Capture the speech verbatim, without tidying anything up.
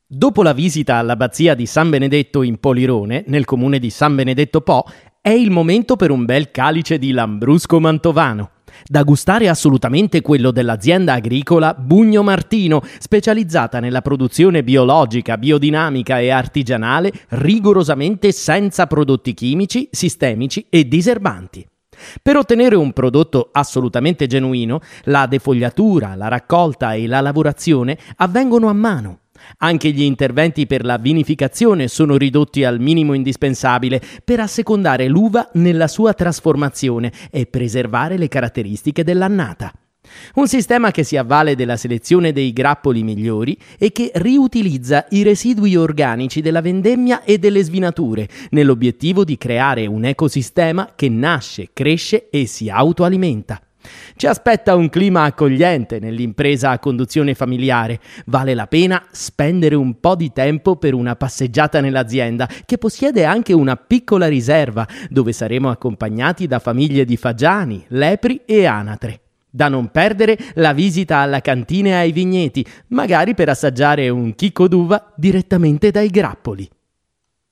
Dopo la visita all'abbazia di San Benedetto in Polirone, nel comune di San Benedetto Po, è il momento per un bel calice di Lambrusco mantovano. Da gustare assolutamente quello dell'azienda agricola Bugno Martino, specializzata nella produzione biologica, biodinamica e artigianale, rigorosamente senza prodotti chimici, sistemici e diserbanti. Per ottenere un prodotto assolutamente genuino, la defogliatura, la raccolta e la lavorazione avvengono a mano. Anche gli interventi per la vinificazione sono ridotti al minimo indispensabile per assecondare l'uva nella sua trasformazione e preservare le caratteristiche dell'annata. Un sistema che si avvale della selezione dei grappoli migliori e che riutilizza i residui organici della vendemmia e delle svinature, nell'obiettivo di creare un ecosistema che nasce, cresce e si autoalimenta. Ci aspetta un clima accogliente nell'impresa a conduzione familiare. Vale la pena spendere un po' di tempo per una passeggiata nell'azienda, che possiede anche una piccola riserva, dove saremo accompagnati da famiglie di fagiani, lepri e anatre. Da non perdere la visita alla cantina e ai vigneti, magari per assaggiare un chicco d'uva direttamente dai grappoli.